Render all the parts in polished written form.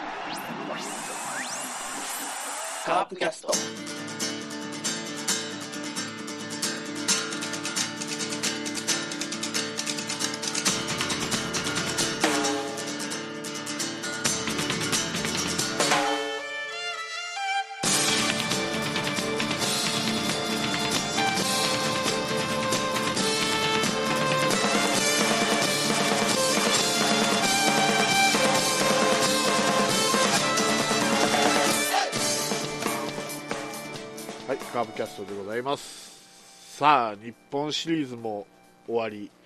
カープキャスト。 カープキャストでございます。さあ、日本シリーズも終わり、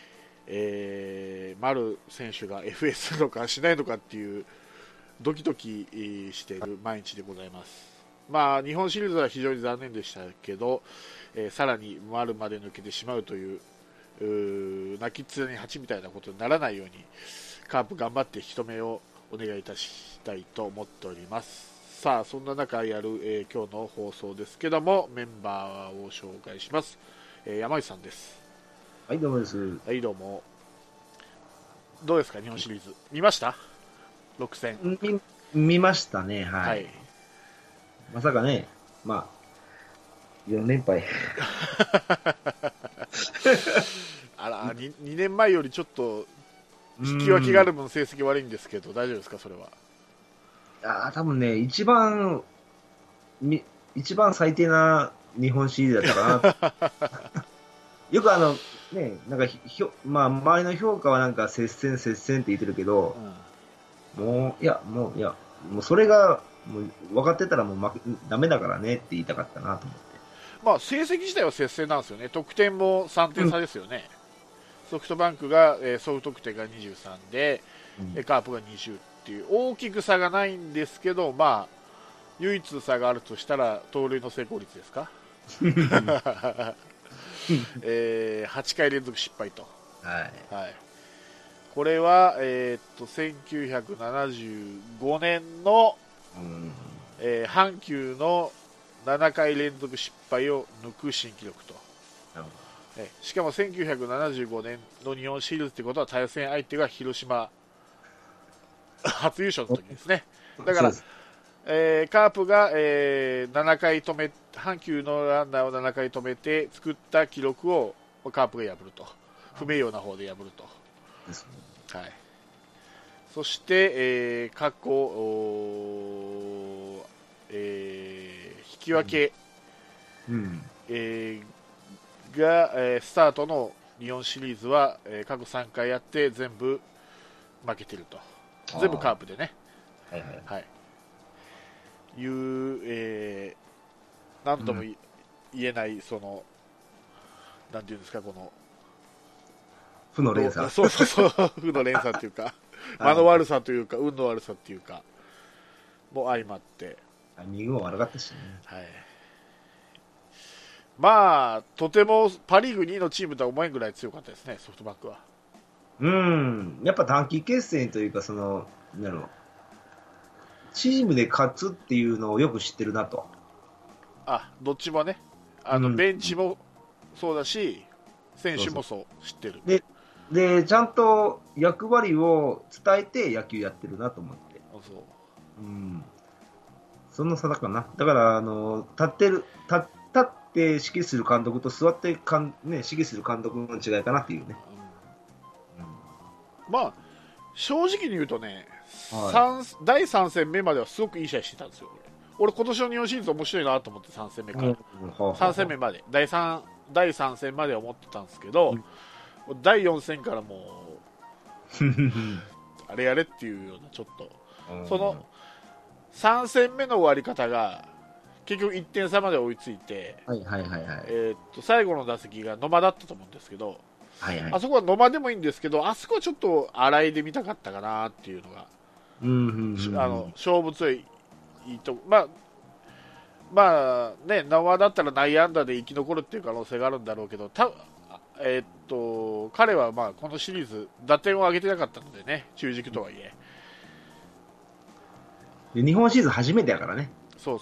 丸選手が FA するのかしないのかっていうドキドキしている毎日でございます。まあ、日本シリーズは非常に残念でしたけど、さらに丸まで抜けてしまうという泣きっ面に蜂みたいなことにならないようにカープ頑張って人目をお願いいたしたいと思っております。さあ、そんな中やる、今日の放送ですけども、メンバーを紹介します。山内さんです。 はい、どうもです。 はい、どうも。どうですか、日本シリーズ見ました？ 6 戦見ましたね、はい。 はい、 まさかね、まあ、4連敗。 あら、2年前よりちょっと引き分けがある分成績悪いんですけど、大丈夫ですか、それは。 多分ね、一番最低な日本シリーズだったかな。よくね、なんかまあ、周りの評価はなんか接戦って言ってるけど、もうそれがもう分かってたらもうダメだからねって言いたかったなと思って。 まあ、成績自体は接戦なんですよね。得点も3点差ですよね。ソフトバンクが、総得点が23で、カープが20っていう大きく差がないんですけど、まあ、唯一差があるとしたら盗塁の成功率ですか。8回連続失敗と、 はいはい、これは、1975年の、阪急の7回連続失敗を抜く新記録と。しかも1975年の日本シリーズということは対戦相手が広島初優勝の時ですね。だから、カープが、7回止め阪急のランナーを7回止めて作った記録をカープが破ると、不名誉な方で破ると、はい、そして、過去、引き分け、が、スタートの日本シリーズは、過去3回やって全部負けてると、全部カープでね、いう、何とも言えない、そのなんていうんですか、この負の連鎖、 そう負の連鎖というか間の悪さというか運の悪さというかも相まって、 タイミングも悪かったしね、 まあとてもパ・リーグ2位のチームとは思えんぐらい強かったですね、ソフトバンクは。 やっぱ短期決戦というか、チームで勝つっていうのをよく知ってるなと。 どっちもね、ベンチもそうだし選手もそう知ってる。 でちゃんと役割を伝えて野球やってるなと思って。その差だかな。だから立って指揮する監督と座って指揮する監督の違いかなっていうね。 まあ正直に言うとね、第3戦目まではすごくいい試合してたんですよ。俺今年の日本シリーズ面白いなと思って、3戦目から3戦目まで第3戦までは思ってたんですけど、第4戦からもうあれやれっていうような、ちょっとその3戦目の終わり方が結局1点差まで追いついて、最後の打席が野間だったと思うんですけど、あそこは野間でもいいんですけど、あそこはちょっと荒いで見たかったかなっていうのが、勝負強いと、まあね、野間だったら内野安打で生き残るっていう可能性があるんだろうけど、彼はまあこのシリーズ打点を上げてなかったのでね、中軸とはいえ。 で日本シリーズ初めてやからね。 そう、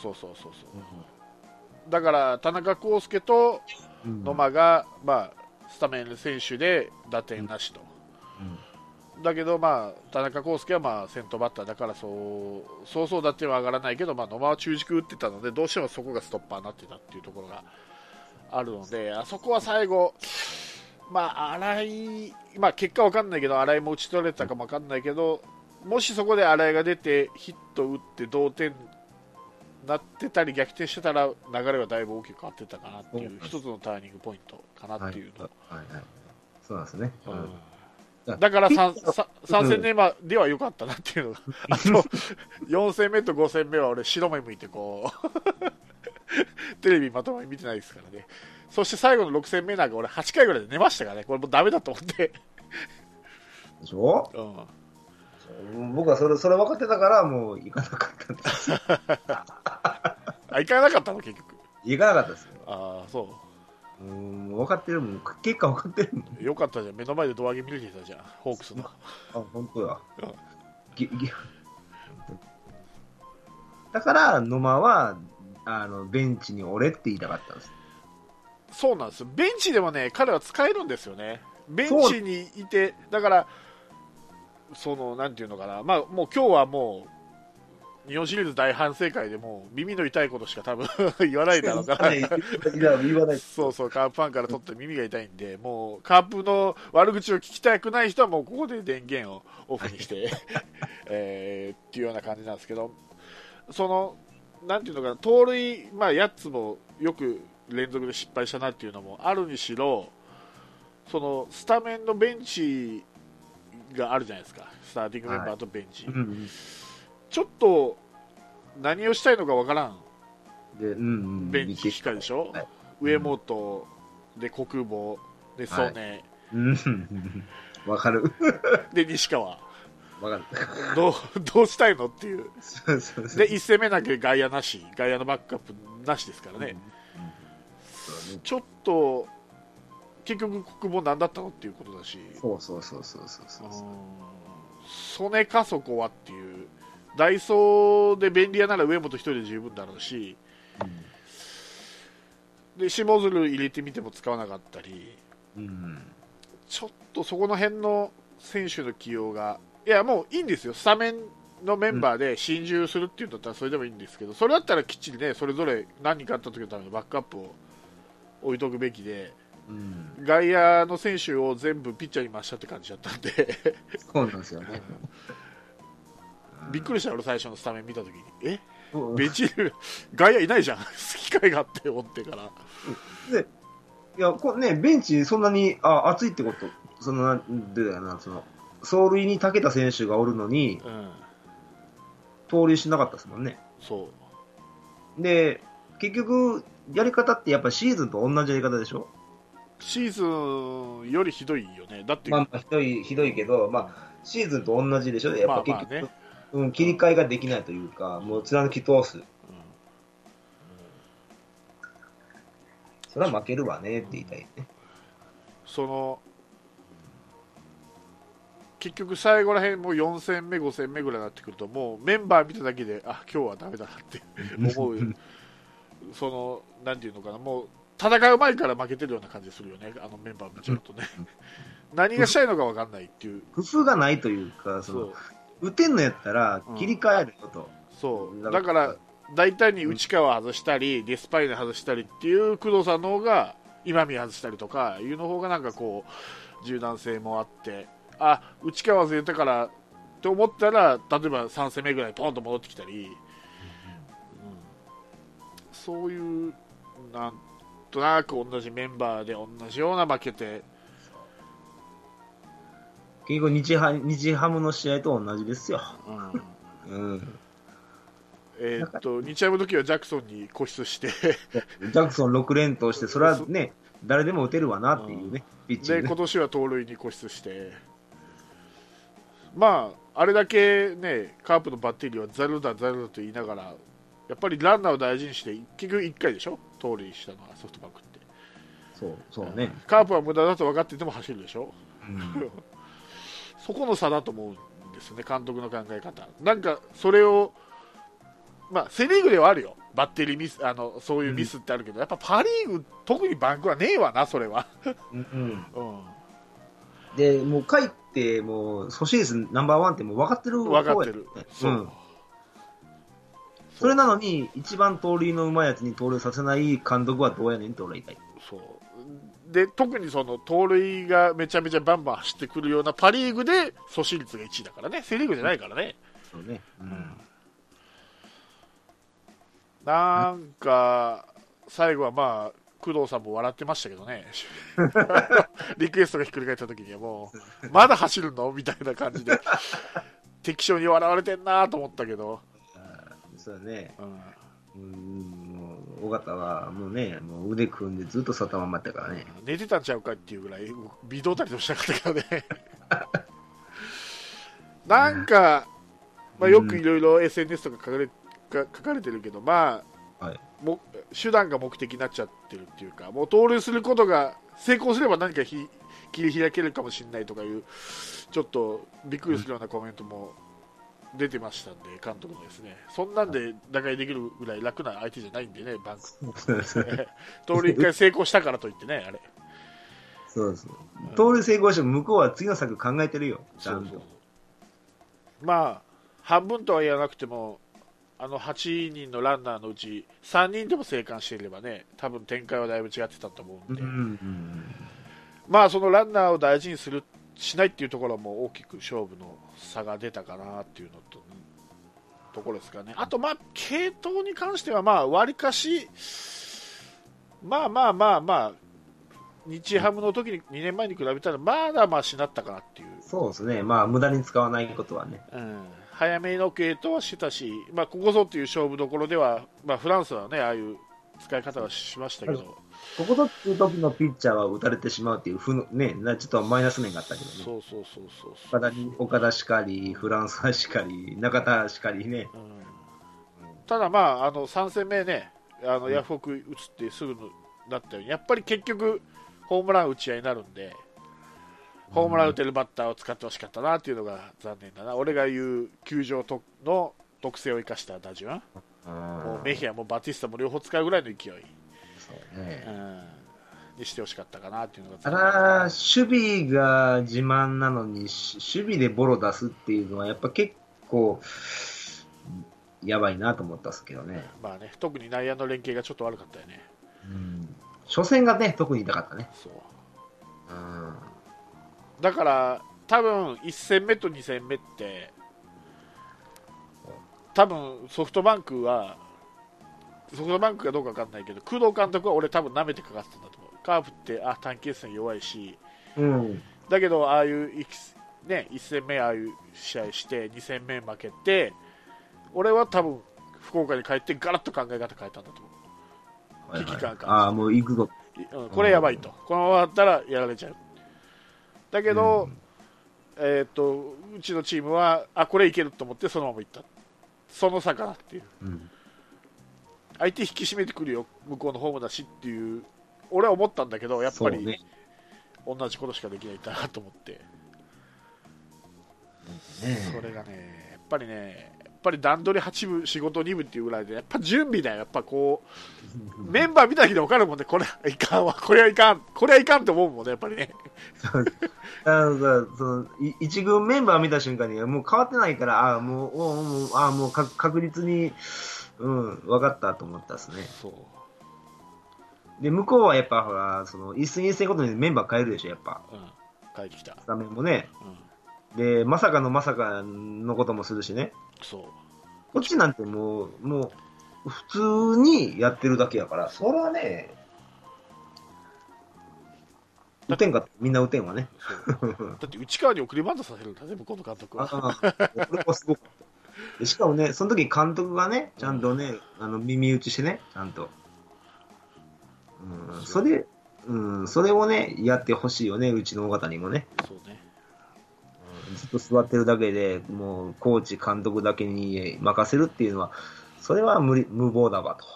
だから田中康介と野間が、まあ、スタメン選手で打点なしとだけど、田中康介は先頭バッターだからそう打点は上がらないけど、野間は中軸打ってたのでどうしてもそこがストッパーになってたっていうところがあるので、あそこは最後、新井、結果わかんないけど新井も打ち取れたかもわかんないけど、もしそこで新井が出てヒット打って同点なってたり逆転してたら流れはだいぶ大きく変わってたかなっていう一つのターニングポイントかなっていうの、 そうなんですね、 だから 3戦目では良かったなっていうのがあと4戦目と5戦目は俺白目向いてこうテレビまともに見てないですからね。そして最後の6戦目なんか俺8回ぐらいで寝ましたからね。これもうダメだと思ってでしょ、僕はそれ分かってたからもう行かなかったんです行かなかったの結局。 行かなかったですよ。 ああ、そう。 分かってるもん。結果分かってるもん。 よかったじゃん。目の前で胴上げ見れてたじゃん。ホークスの。 本当や。だから野間はベンチにおれって言いたかったんです。 そうなんですよ。ベンチでもね、彼は使えるんですよね。ベンチにいて、だからなんていうのかな、もう今日はもう日本シリーズ大反省会でもう耳の痛いことしか多分言わないだろうからそうそう、カープファンからとって耳が痛いんで、もうカープの悪口を聞きたくない人はもうここで電源をオフにしてっていうような感じなんですけど、なんていうのかな、盗塁、8つもよく連続で失敗したなっていうのもあるにしろ、スタメンのベンチがあるじゃないですか、スターティングメンバーとベンチ、ちょっと何をしたいのかわからんベンチしかでしょ、上本で国母で曽根、 わかるで西川、 わかるどうしたいのっていうで1戦目だけ外野なし、外野のバックアップなしですからね、ちょっと結局国母何だったのっていうことだし、曽根かそこはっていう、ダイソーで便利屋なら上本一人で十分だろうし、で下鶴入れてみても使わなかったり、ちょっとそこの辺の選手の起用が、いやもういいんですよ、スタメンのメンバーで心中するっていうんだったらそれでもいいんですけど、それだったらきっちりね、それぞれ何かあった時のためのバックアップを置いとくべきで、外野の選手を全部ピッチャーに回したって感じだったんでそうなんですよねびっくりした俺最初のスタメン見た時にベンチ外野いないじゃん機会があって思ってからで、いやベンチそんなに熱いってこと、走塁に長けた選手がおるのに、盗塁しなかったですもんね。 そうで結局やり方ってやっぱシーズンと同じやり方でしょ。 シーズンよりひどいよね。だってひどいけど、シーズンと同じでしょ。やっぱ結局、切り替えができないというか、もう貫き通す。それは負けるわねって言いたいね。 結局最後らへんもう4戦目5戦目ぐらいになってくると、もうメンバー見ただけで今日はダメだなって思うなんていうのかな、もう戦う前から負けてるような感じするよね、あのメンバー見ちゃうとね何がしたいのか分かんないっていう、 工夫がないというか、打てんのやったら切り替えるよと、 そうだから大体に内川外したり、デスパイネ外したりっていう工藤さんの方が、今宮外したりとかいうの方がなんかこう柔軟性もあって、内川外れたからと思ったら、例えば3戦目ぐらいポンと戻ってきたり、そういうなんとなく同じメンバーで同じような負けて、 結局日ハムの試合と同じですよ。 日ハムの時はジャクソンに固執してジャクソン6連投して、それはね誰でも打てるわなっていうね、ピッチで今年は盗塁に固執して、あれだけねカープのバッテリーはザルだと言いながら、やっぱりランナーを大事にして結局1回でしょ、盗塁したのはソフトバンクって。 そうね、 カープは無駄だと分かってても走るでしょ、そこの差だと思うんですね、監督の考え方。なんかそれをセリーグではあるよ、バッテリーミス、そういうミスってあるけど、やっぱパリーグ特にバンクはねえわな、それはで、もう帰って、もう、ソシエスナンバーワンってもう分かってる。 分かってる。そう。 それなのに、一番盗塁のうまいやつに盗塁させない監督はどうやねんって俺は言いたい。 そう。で、特にその盗塁がめちゃめちゃバンバン走ってくるようなパ・リーグで阻止率が1位だからね、セ・リーグじゃないからね。 そうね。 なんか、最後はまあ、工藤さんも笑ってましたけどね、リクエストがひっくり返った時にはもう、まだ走るのみたいな感じで、敵将に笑われてんなと思ったけど。 そうだね。もう尾形はもうね、もう腕組んでずっとそったままやったからね。 寝てたんちゃうかっていうぐらい微動たりとしなかったからね。なんか、まあ、よくいろいろ SNS とか書かれてるけど、まあ、 はい、 手段が目的になっちゃってるっていうか、もう盗塁することが成功すれば何か切り開けるかもしれないとかいう、ちょっとびっくりするようなコメントも出てましたんで、監督もですね、そんなんで打開できるぐらい楽な相手じゃないんでね、バンク。盗塁1回成功したからといってね、あれ。 そうそう。盗塁成功しても向こうは次の策考えてるよ、ちゃんと。 まあ、半分とは言わなくても、8人のランナーのうち3人でも生還していればね、多分展開はだいぶ違ってたと思うんで、まあそのランナーを大事にしないっていうところも大きく勝負の差が出たかなっていうのところですかね。あとまあ継投に関してはまあ割かしまあ日ハムの時に2年前に比べたらまだマシになったかなっていう。 そうですね。まあ無駄に使わないことはね。 早めの継投はしてたし、まあ、ここぞという勝負どころでは、まあ、フランスはね、ああいう使い方はしましたけど、 ここぞっていう時のピッチャーは打たれてしまうっていうね、ちょっとマイナス面があったけどね。そう岡田しかり、フランスはしかり、中田しかりね。 ただまあ、3戦目ね、ヤフオク打つってすぐだったように、やっぱり結局、ホームラン打ち合いになるんで、ホームラン打てるバッターを使ってほしかったなっていうのが残念だな。俺が言う球場の特性を生かした打順、もうメヒアもバティスタも両方使うぐらいの勢い、 そうね、 にしてほしかったかなっていうのがただ、守備が自慢なのに、守備でボロ出すっていうのは、やっぱ結構、やばいなと思ったんですけどね。 まあね、特に内野の連携がちょっと悪かったよね。 初戦がね、特に痛かったね。 そう。だから多分1戦目と2戦目って多分ソフトバンクかどうか分かんないけど工藤監督は俺多分舐めてかかってたんだと思う。カープって短期決戦弱いし、だけどああいう、ね、1戦目ああいう試合して2戦目負けて俺は多分福岡に帰ってガラッと考え方変えたんだと思う。危機感かもう行くぞ、 これやばいと、このままだったらやられちゃう。だけど、うちのチームはこれいけると思ってそのままいった。その差かなっていう、相手引き締めてくるよ向こうのホームだしっていう俺は思ったんだけど、やっぱり、同じことしかできないんだなと思って、それがねやっぱり段取り8部仕事2部っていうぐらいでやっぱ準備だよ。やっぱこうメンバー見ただけで分かるもんね。これはいかんわ、これはいかんと思うもんね、やっぱりね。 一軍メンバー見た瞬間にもう変わってないからもう確実に分かったと思ったですね。で向こうはやっぱほら一戦一戦ごとにメンバー変えるでしょやっぱ。 変えてきた。 スタメンもね。でまさかのこともするしね。こっちなんてもう普通にやってるだけやから、それはね、打てんかみんな打てんわね。 だって内川に送りバントさせるんだね、向こうの監督は。 これもすごかった。しかもね、その時監督がね、ちゃんとね、耳打ちしてね、ちゃんと。それをね、やってほしいよね、うちの尾形にもね。 そうね。 ずっと座ってるだけで、もうコーチ、監督だけに任せるっていうのは、それは無謀だわと。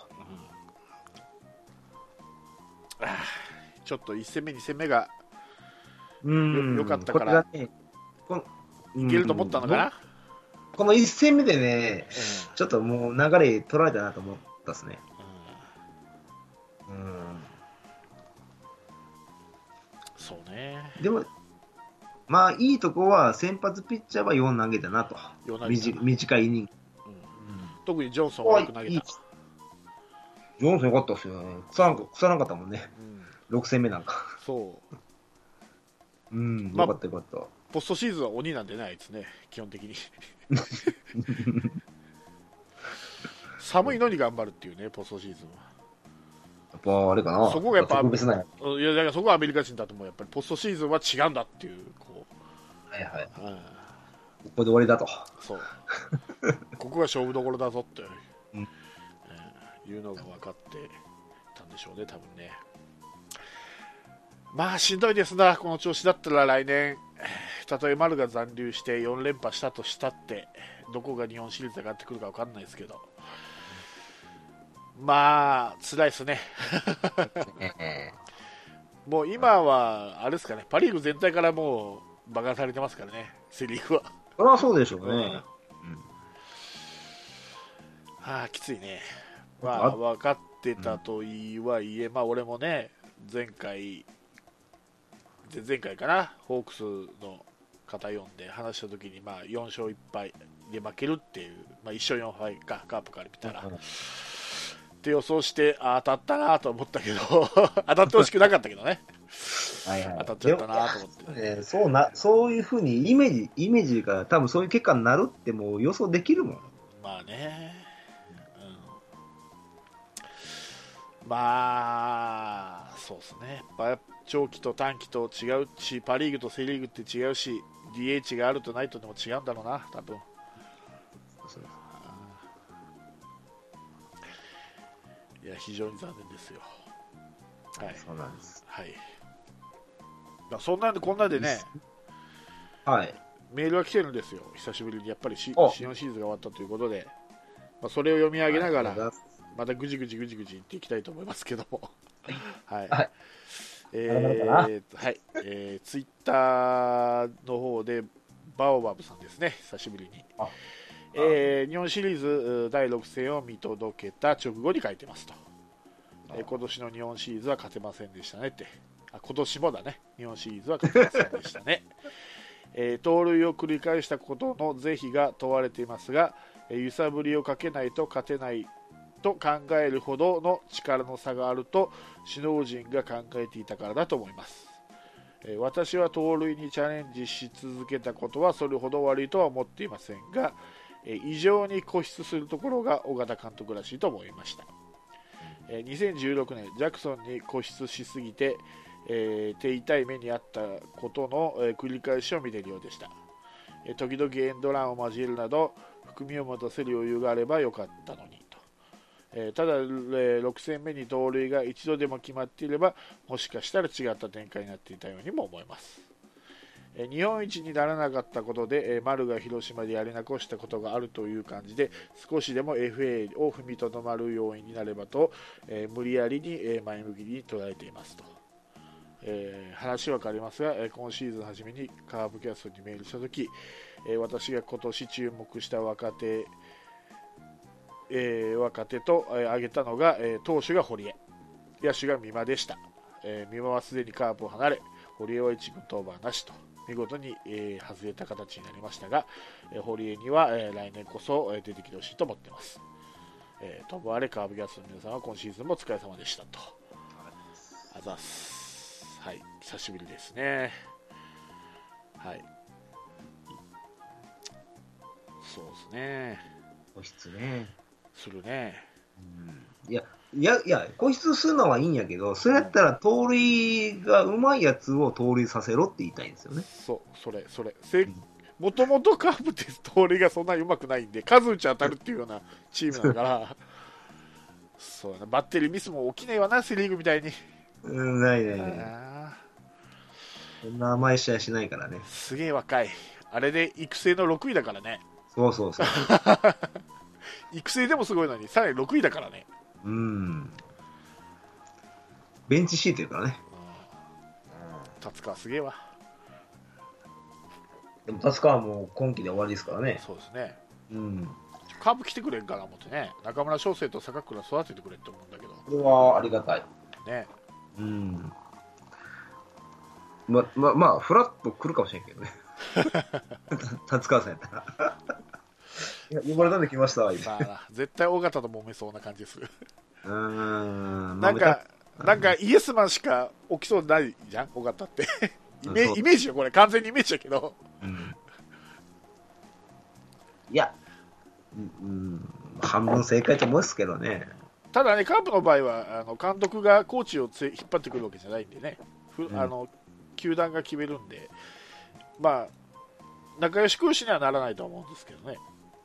ちょっと1戦目、2戦目がよかったから、ね、いけると思ったのかな。 この1戦目でね、ちょっともう流れ取られたなと思ったですね。 そうね。 でもまあ、いいとこは、先発ピッチャーは4投げたなと。短いイニング。 特にジョンソンはよく投げた。 ジョンソンよかったっすよね。腐らなかったもんね。6戦目なんか。 そう。 よかったよかった。 ポストシーズンは鬼なんでね、あいつね、基本的に。寒いのに頑張るっていうね、ポストシーズンは。 やっぱあれかな、 そこがやっぱ特別なんや。 いや、だからそこはアメリカ人だと思う、やっぱりポストシーズンは違うんだっていう、こう、 はいはい、ここで終わりだと、 そうここが勝負どころだぞって、いうのが分かってたんでしょうね、多分ね。まあしんどいですな、この調子だったら来年、たとえ丸が残留して4連覇したとしたって、どこが日本シリーズ上がってくるか分かんないですけど。まあ辛いですねもう今はあれですかね、パ・リーグ全体からもう馬鹿されてますからね、セ・リーグは。 それはそうでしょうね。 きついね。まあ分かってたとはいえ、まあ俺もね、前回かな、ホークスの方読んで話した時に、まあ4勝1敗で負けるっていう、まあ、1勝4敗かカープから見たら。って予想して当たったなと思ったけど当たってほしくなかったけどね当たっちゃったなと思って、 そういうふうにイメージが多分そういう結果になるってもう予想できるもん。 まあね、まあそうですね、長期と短期と違うし、パ・リーグとセ・リーグって違うし、 DH があるとないとでも違うんだろうな、多分。いや、非常に残念ですよ。はい。 そうなんです。 はい。そんなんでこんなでね、 はい。 メールが来てるんですよ。久しぶりにやっぱり新4シーズンが終わったということで、まあ、それを読み上げながら、またぐじぐじ言っていきたいと思いますけども。はい。はい。ツイッターの方でバオバブさんですね、久しぶりに。日本シリーズ第6戦を見届けた直後に書いてますと、今年の日本シリーズは勝てませんでしたねって、今年もだね、日本シリーズは勝てませんでしたね盗塁を繰り返したことの是非が問われていますが、揺さぶりをかけないと勝てないと考えるほどの力の差があると首脳陣が考えていたからだと思います。私は盗塁にチャレンジし続けたことはそれほど悪いとは思っていませんが、異常に固執するところが尾形監督らしいと思いました。2016年ジャクソンに固執しすぎて、手痛い目にあったことの、繰り返しを見ているようでした。時々エンドランを交えるなど含みを持たせる余裕があればよかったのにと、ただ、6戦目に盗塁が一度でも決まっていればもしかしたら違った展開になっていたようにも思います。日本一にならなかったことで、丸が広島でやり残したことがあるという感じで少しでも FA を踏みとどまる要因になればと、無理やりに、前向きに捉えていますと。話は変わりますが、今シーズン初めにカープキャストにメールしたとき、私が今年注目した若手と、挙げたのが、投手が堀江、野手が美馬でした。美馬はすでにカープを離れ、堀江は1軍登板なしと見事に、外れた形になりましたが、堀江には、来年こそ、出てきてほしいと思っています。ともあれカープキャストの皆さんは今シーズンもお疲れ様でしたと。あざす。はい、久しぶりですね。はい。そうですね。 固執ね。 するね。 いや、固執するのはいいんやけど、それやったら盗塁がうまいやつを盗塁させろって言いたいんですよね。 そう、それ。もともとカープって盗塁がそんなにうまくないんで、数打ち当たるっていうようなチームだから、そうな、バッテリーミスも起きねえわな、セ・リーグみたいに。 ない。そんな甘い試合しないからね。 すげえ若い。あれで育成の6位だからね。 そう。 育成でもすごいのに、さらに6位だからね。 ベンチシートいうからね。 達川すげえわ。 でも達川も今季で終わりですからね。 そうですね。カープ来てくれんかな思ってね、中村翔成と坂倉育ててくれって思うんだけど。 これはありがたい。 ね。 まあ、フラッと来るかもしれんけどね。達川さんやったら。いや、呼ばれたんで来ました、 さあ絶対尾形と揉めそうな感じする。 なんかイエスマンしか起きそうないじゃん、尾形って。イメージよ、これ、完全にイメージだけど。 いや、半分正解と思うんですけどね。 ただね、カープの場合は監督がコーチを引っ張ってくるわけじゃないんでね、球団が決めるんで、まあ、仲良し講師にはならないと思うんですけどね。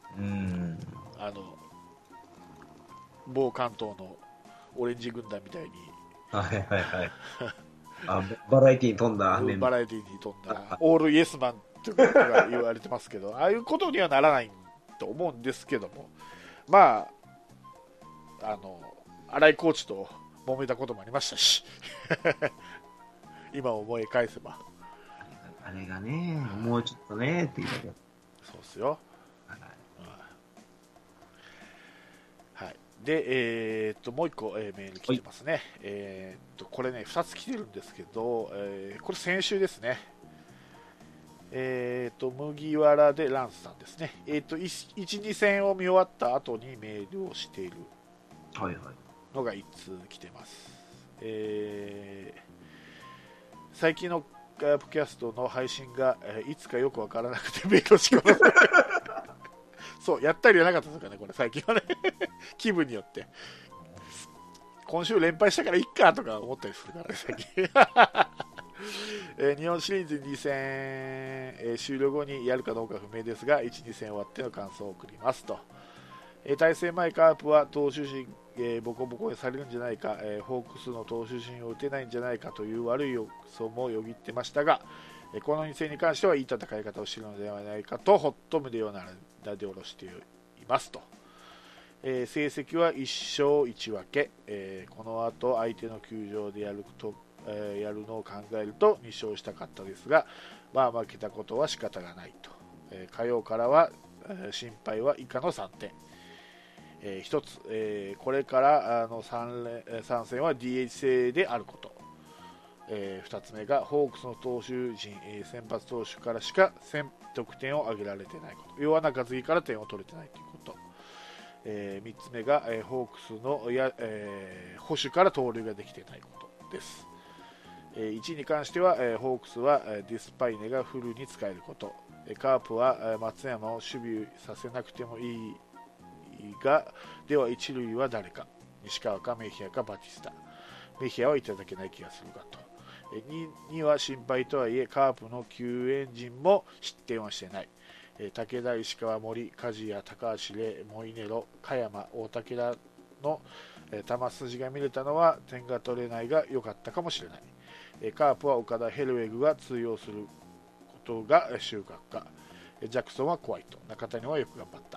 某関東のオレンジ軍団みたいに。 はいはいはい。バラエティーに富んだ。 バラエティーに富んだ。オールイエスマンってことが言われてますけど、ああいうことにはならないと思うんですけども、まあ、新井コーチと揉めたこともありましたし、今思い返せば。 あれがね、もうちょっとねっていう。 そうですよ。はい。で、もう一個、メール来てますね。これね、2つ来てるんですけど、これ先週ですね。麦わらでランスさんですね。1、2戦を見終わった後にメールをしているのが1通来てます。最近のポッドキャストの配信が、いつかよくわからなくてメールをし込む。そう、やったりやなかったですかね、これ最近はね。気分によって。今週連敗したからいっかとか思ったりするからね、最近。日本シリーズ2戦、終了後にやるかどうか不明ですが、1、2戦終わっての感想を送りますと。対戦前カープは投手陣、ボコボコにされるんじゃないか、ホークスの投手陣を打てないんじゃないかという悪い予想もよぎってましたが、この2戦に関してはいい戦い方をしているのではないかとほっと胸をなで下ろしていますと。成績は1勝1分け、この後相手の球場でやるのを考えると2勝したかったですが、まあ負けたことは仕方がないと。火曜からは、心配は以下の3点。1つ、これから3戦は DH 制であること、2つ目がホークスの投手陣、先発投手からしか得点を挙げられていないこと、弱な担ぎから点を取れていないということ、3つ目が、ホークスの捕手から盗塁ができていないことです。1に関しては、ホークスはディスパイネがフルに使えること、カープは松山を守備させなくてもいいが、では一塁は誰か、西川かメヒアかバティスタ、メヒアはいただけない気がするがと。2は心配とはいえカープの救援陣も失点はしてない。武田、石川、森、梶谷、高橋礼、モイネロ、加山、大竹らの球筋が見れたのは点が取れないが良かったかもしれない。カープは岡田、ヘルウェグが通用することが収穫か。ジャクソンは怖いと。中谷はよく頑張った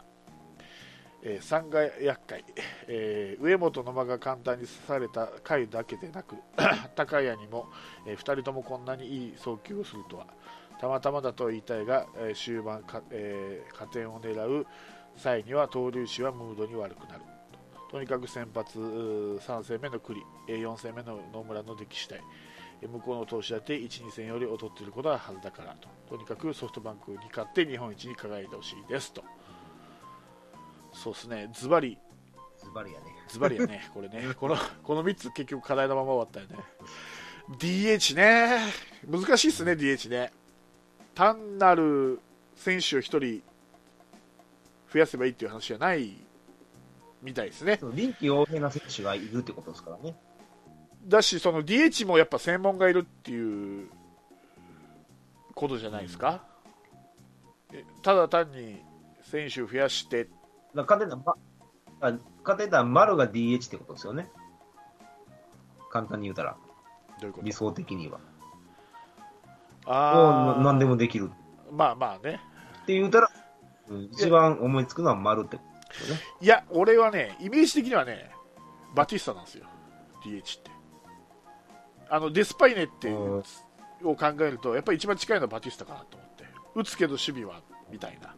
。3が厄介、上本の間が簡単に刺された回だけでなく高谷にも、2人ともこんなにいい送球をするとは。たまたまだと言いたいが、終盤加点を狙う際には投球手はムードに悪くなる とにかく先発3戦目の栗、4戦目の野村の出来次第、向こうの投手だって 1,2 戦より劣っていることははずだからとにかくソフトバンクに勝って日本一に輝いてほしいですと。そうですね、ズバリやね、これね、この3つ結局課題のまま終わったよね。DH ね、難しいですね、DH ね。単なる選手を1人増やせばいいっていう話じゃないみたいですね。 臨機応変な選手がいるってことですからね。 だし、その DH もやっぱ専門がいるっていうことじゃないですか。ただ単に選手を増やして勝てた丸が DH ってことですよね。簡単に言うたら。 どういうこと？ 理想的には。何でもできる。 まあね。 って言うたら、一番思いつくのは丸ってことですよね。 いや、俺はね、イメージ的にはね、バティスタなんですよ、DH って。デスパイネっていうを考えると、やっぱり一番近いのはバティスタかなと思って。打つけど守備は、みたいな。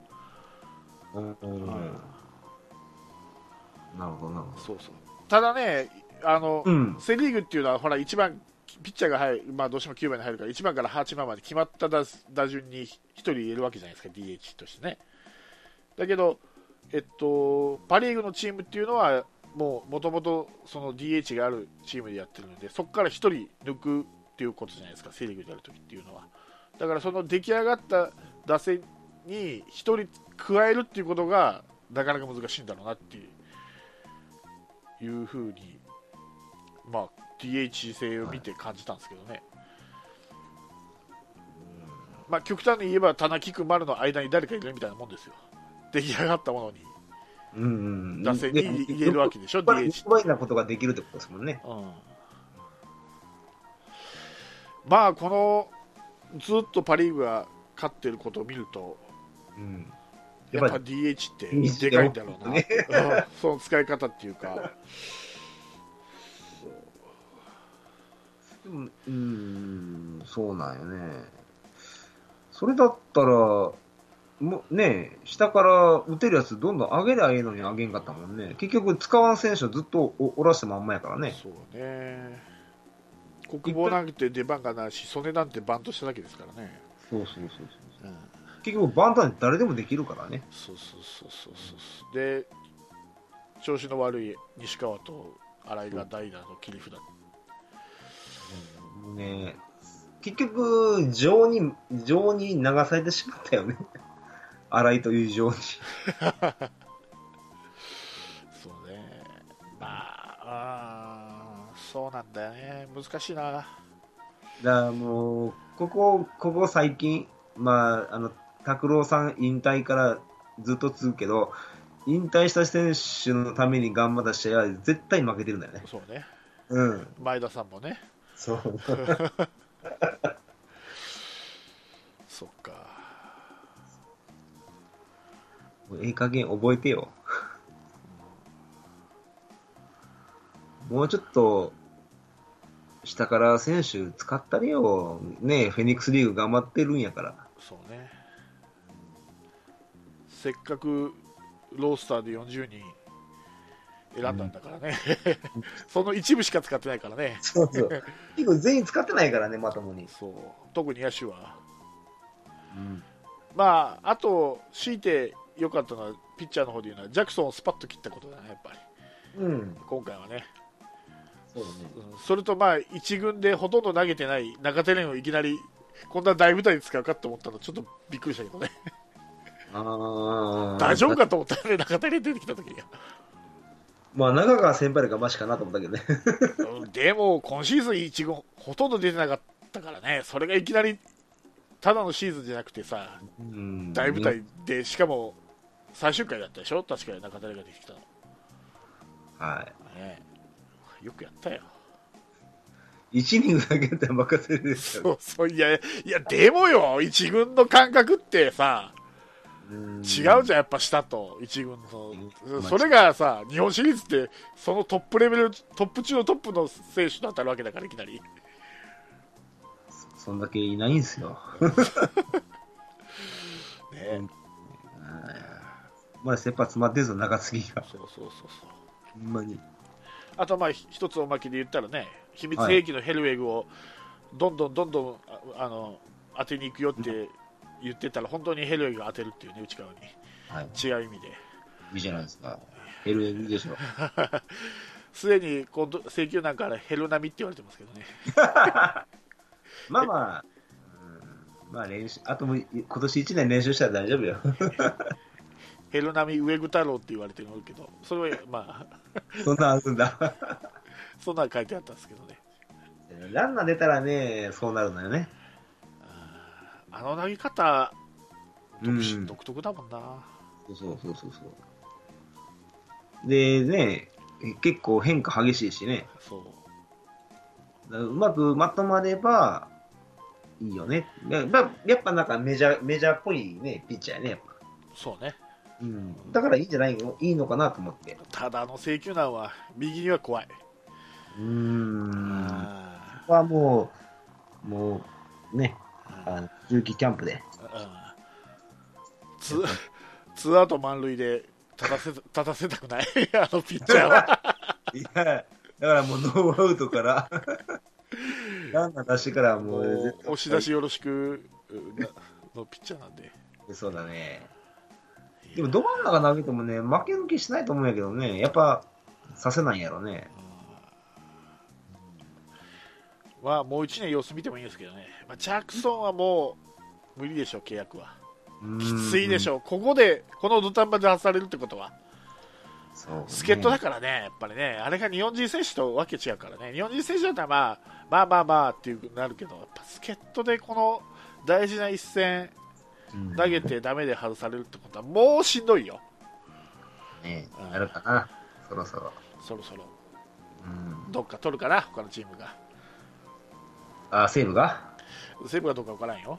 なるほど。そうそう。ただね、セリーグっていうのはほら一番ピッチャーが入る、まあ、どうしても9番に入るから1番から8番まで決まった打順に1人入れるわけじゃないですか DH としてね。だけど、パ・リーグのチームっていうのはもともとその DH があるチームでやってるので、そこから1人抜くっていうことじゃないですか、セ・リーグでやるときっていうのは。だからその出来上がった打線に1人加えるっていうことがなかなか難しいんだろうなっていうふうに、まあ、DH 制を見て感じたんですけどね。まあ、極端に言えば田中君丸の間に誰かいるみたいなもんですよ。出来上がったものに打線に入れるわけでしょ、DH。 欲張りなことができるってことですもんね。 まあ、このずっとパ・リーグが勝ってることを見ると、やっぱ DH ってでかいんだろうな、ね、その使い方っていうか。 そうなんよね。それだったら、もね、下から打てるやつどんどん上げりゃええのに上げんかったもんね。結局使わん選手をずっとおらしてまんまやからね。 そうね。国防なんて出番がないし、曽根なんてバントしただけですからね。 そう、結局バントなんて誰でもできるからね。 そうで、調子の悪い西川と新井が代打の切り札。 ね、結局情に流されてしまったよね。新井という情に。 そうね。まあ、そうなんだよね。難しいな。だからもうここ最近、まあ拓郎さん引退からずっと続くけど、引退した選手のために頑張った試合は絶対負けてるんだよね。 そうね。 前田さんもね。 そう。 そっか。 もういい加減覚えてよ。もうちょっと下から選手使ったりよ。ね、フェニックスリーグ頑張ってるんやから。 そうね。せっかくロースターで40人選んだんだからね。その一部しか使ってないからね。 そう。結構全員使ってないからね、まともに。 そう。特に野手は。まあ、あと、強いて良かったのは、ピッチャーの方で言うのは、ジャクソンをスパッと切ったことだね、やっぱり。今回はね。 そうね。 それと、まあ、一軍でほとんど投げてない中手連をいきなり、こんな大舞台で使うかと思ったの、ちょっとびっくりしたけどね。大丈夫かと思ったよね、中手連出てきた時には。 まあ、中川先輩がマシかなと思ったけどね。 でも、今シーズン一軍、ほとんど出てなかったからね、それがいきなり、ただのシーズンじゃなくてさ、大舞台で、しかも最終回だったでしょ、確かに中田が出てきたの。よくやったよ。 1イニングだけで任せるですよ。 そう、いや、でもよ、一軍の感覚ってさ、違うじゃん、やっぱ下と一軍の。それがさ、日本シリーズって、そのトップレベル、トップ中のトップの選手だったわけだから、いきなり。 そんだけいないんですよ。 ね。 まだ切羽詰まってるぞ、中継ぎが。 そう。 ほんまに。 あと、まあ、一つおまけで言ったらね、秘密兵器のヘルウェグをどんどん当てに行くよって言ってたら、本当にヘルウェグが当てるっていうね、内側に。違う意味で。 いいじゃないですか。ヘルウェグでしょ。 すでに今度請求なんかからヘル並みって言われてますけどね。 まあ練習、あとも今年1年練習したら大丈夫よ。 ヘル並み上具太郎って言われてるけど、それはまあそんなんあるんだ。 そんなん書いてあったんですけどね。 ランナー出たらね、そうなるのよね。 あの投げ方、独特だもんな。 そう。でね、結構変化激しいしね。うまくまとまればいいよね。やっぱなんかメジャーっぽいね、ピッチャーやね、やっぱ。 そうね。 だからいいんじゃないの、いいのかなと思って。 ただ請求難は右には怖い。 はもうね、中期キャンプで。 ツーアウト満塁で立たせたくないあのピッチャーは。 いや、だからもうノーアウトからランナー出してからもう押し出しよろしくのピッチャーなんで。 そうだね。でもど真ん中投げてもね、負け抜きしないと思うんやけどね、やっぱさせないんやろね。 まあもう1年様子見てもいいんですけどね、まあ、ジャクソンはもう無理でしょ、契約は。きついでしょ、ここでこの土壇場で外されるってことは、 そうね、 助っ人だからね、やっぱりね、あれが日本人選手とわけ違うからね、日本人選手だったらまあっていうなるけど、やっぱ助っ人でこの大事な一戦投げてダメで外されるってことはもうしんどいよ。 ねえ、やるかな、そろそろ。 そろそろ、どっか取るかな、他のチームが。 西武がどうか分からんよ。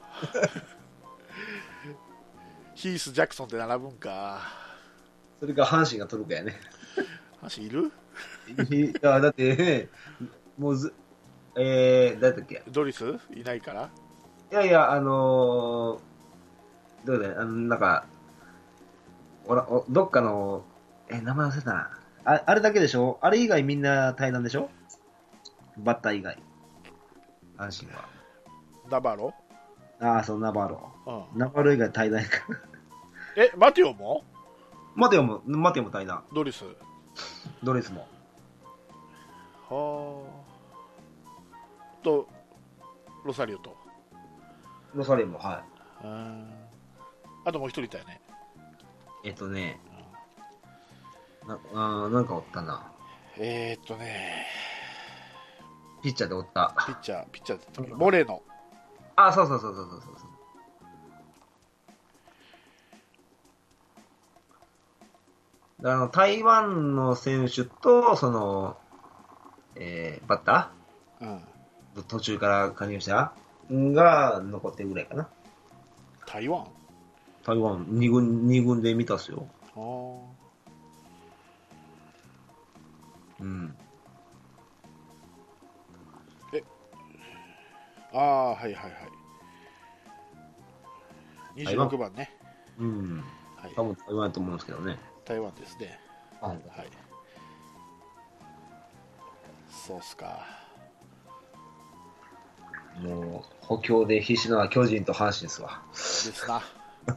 ヒース・ジャクソンって並ぶんか。 それか阪神が取るかやね。 阪神いる？ いや、だってね、もう誰だっけ、 ドリスいないから。 いやいや、どうだよ、なんか、どっかの、名前忘れたな。あれだけでしょ？あれ以外みんな対談でしょ？バッター以外。阪神は。 ナバロ？ そう、ナバロ。ナバロ以外対談やから。 マテオも？ マテオも対談。 ドリスも。 はあ。と、ロサリオと。 ロサリオも、はい。 あともう一人いたよね。 なんかおったな。ピッチャーでおった。 ピッチャーでモレノ。 そう。台湾の選手と、バッター、途中から加入したが残ってるぐらいかな。 台湾 2軍で見たっすよ。 はい。26番ね。 多分台湾だと思うんですけどね。 台湾ですね。 はい。 そうっすか。 もう補強で必死なのは巨人と阪神ですわ。 ですな。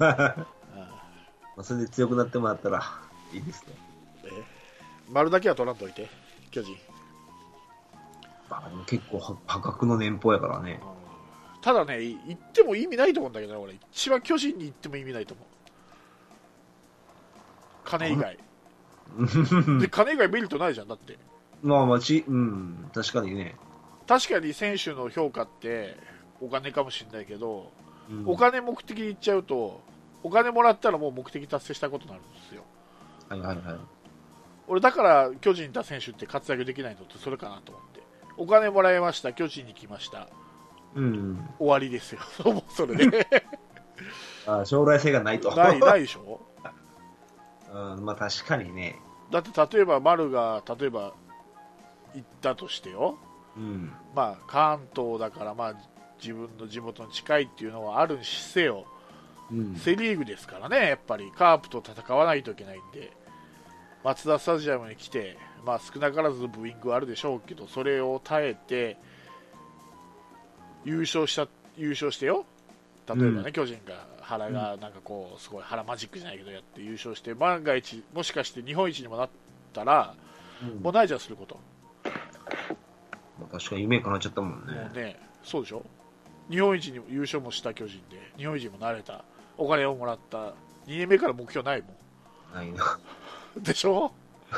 それで強くなってもらったらいいですね。 丸だけは取らんといて、巨人。 結構破格の年俸やからね。 ただね、行っても意味ないと思うんだけどね、俺一番巨人に行っても意味ないと思う。金以外で、金以外メリットないじゃん。だって確かにね。 確かに選手の評価ってお金かもしれないけど、お金目的に行っちゃうと、お金もらったらもう目的達成したことになるんですよ。俺だから巨人にいた選手って活躍できないのってそれかなと思って。お金もらいました、巨人に来ました、終わりですよ。それで将来性がないと。 ないでしょ。 確かにね。 だって例えば丸が行ったとしてよ、関東だから自分の地元に近いっていうのはあるにせよ、セリーグですからね、やっぱりカープと戦わないといけないんで、マツダスタジアムに来て、少なからずブーイングはあるでしょうけど、それを耐えて優勝してよ、例えばね、巨人が原がなんかこうすごい原マジックじゃないけどやって優勝して、万が一もしかして日本一にもなったら、もうないじゃんすること。 確かに夢叶っちゃったもんね。 もうね、そうでしょ。日本一に優勝もした巨人で日本一にもなれた、お金をもらった、2年目から目標ないもん。 ないな。 でしょ。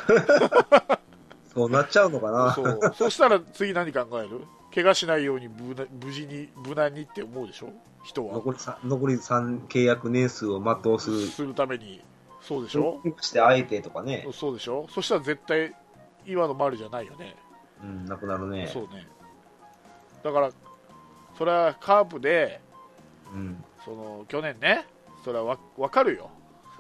そうなっちゃうのかな。 そしたら次何考える？怪我しないように無事に無難にって思うでしょ、人は。 残り3契約年数を全うするために。そうでしょ。 してあえてとかね。 そうでしょ。そしたら絶対今の丸じゃないよね。 なくなるね。 そうね。だからそれはカープで、去年ね、それは分かるよ。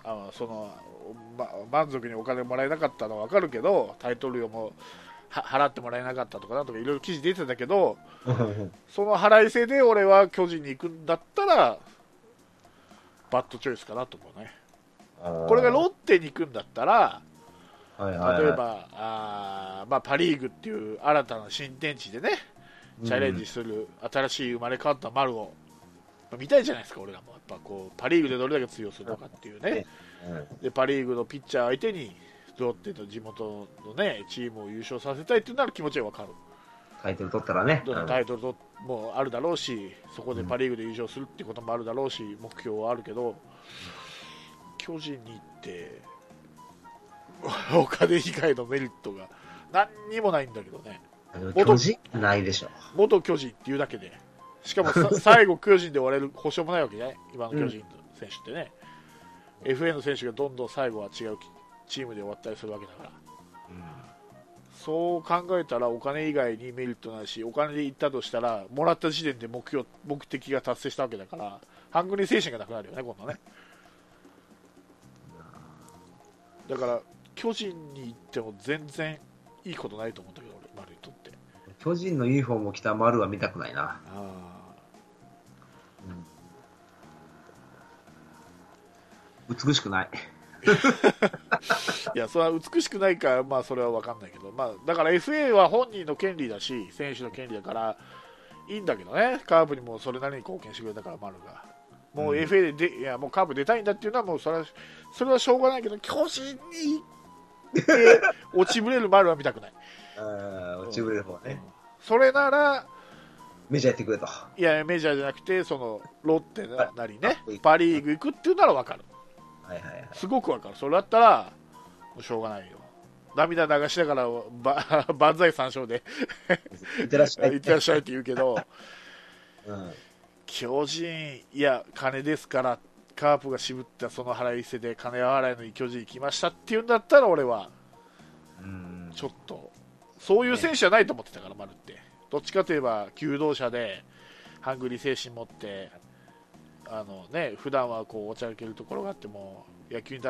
満足にお金もらえなかったのは分かるけど、タイトル料も払ってもらえなかったとかなんとかいろいろ記事出てたけどその払いせで俺は巨人に行くんだったらバッドチョイスかなと思うね。これがロッテに行くんだったら、例えばパ・リーグっていう新たな新天地でね、 チャレンジする、新しい生まれ変わった丸を、見たいじゃないですか、俺らも。やっぱこうパ・リーグでどれだけ通用するのかっていうね、でパ・リーグのピッチャー相手にロッテの地元の、ね、チームを優勝させたいっていうなら気持ちは分かる。 タイトル取ったらね、 タイトルもあるだろうし、そこでパ・リーグで優勝するっていうこともあるだろうし、目標はあるけど、巨人に行ってお金以外のメリットが何にもないんだけどね。 巨人ないでしょ。 元巨人っていうだけで、しかも最後巨人で終われる保証もないわけじゃない、今の巨人の選手ってね、FA の選手がどんどん最後は違うチームで終わったりするわけだから、そう考えたらお金以外にメリットないし、お金で行ったとしたらもらった時点で目的が達成したわけだから、ハングリー精神がなくなるよね、今度ね。だから巨人に行っても全然いいことないと思うんだけど、俺丸にとって。 巨人のユニフォームを着た丸は見たくないな。美しくない。 いや、それは美しくないか、まあそれは分かんないけど、まあだから FA は本人の権利だし、選手の権利だからいいんだけどね、カープにもそれなりに貢献してくれたから、丸が。もう FA で、いやもうカープ出たいんだっていうのはもうそれはしょうがないけど、巨人に行って落ちぶれる丸は見たくない。 落ちぶれる方ね。 それならメジャーやってくれと。 いやメジャーじゃなくて、そのロッテなりね、パ・リーグ行くっていうなら分かる。すごく分かる。それだったらもうしょうがないよ。涙流しながら万歳三唱でいってらっしゃいいってらっしゃいって言うけど、巨人、いや金ですからカープが渋ったその払い捨てで金払いのに巨人行きましたっていうんだったら、俺はちょっとそういう選手じゃないと思ってたから、丸って。どっちかといえば求道者でハングリー精神持って、普段はこうおちゃらけるところがあっても野球に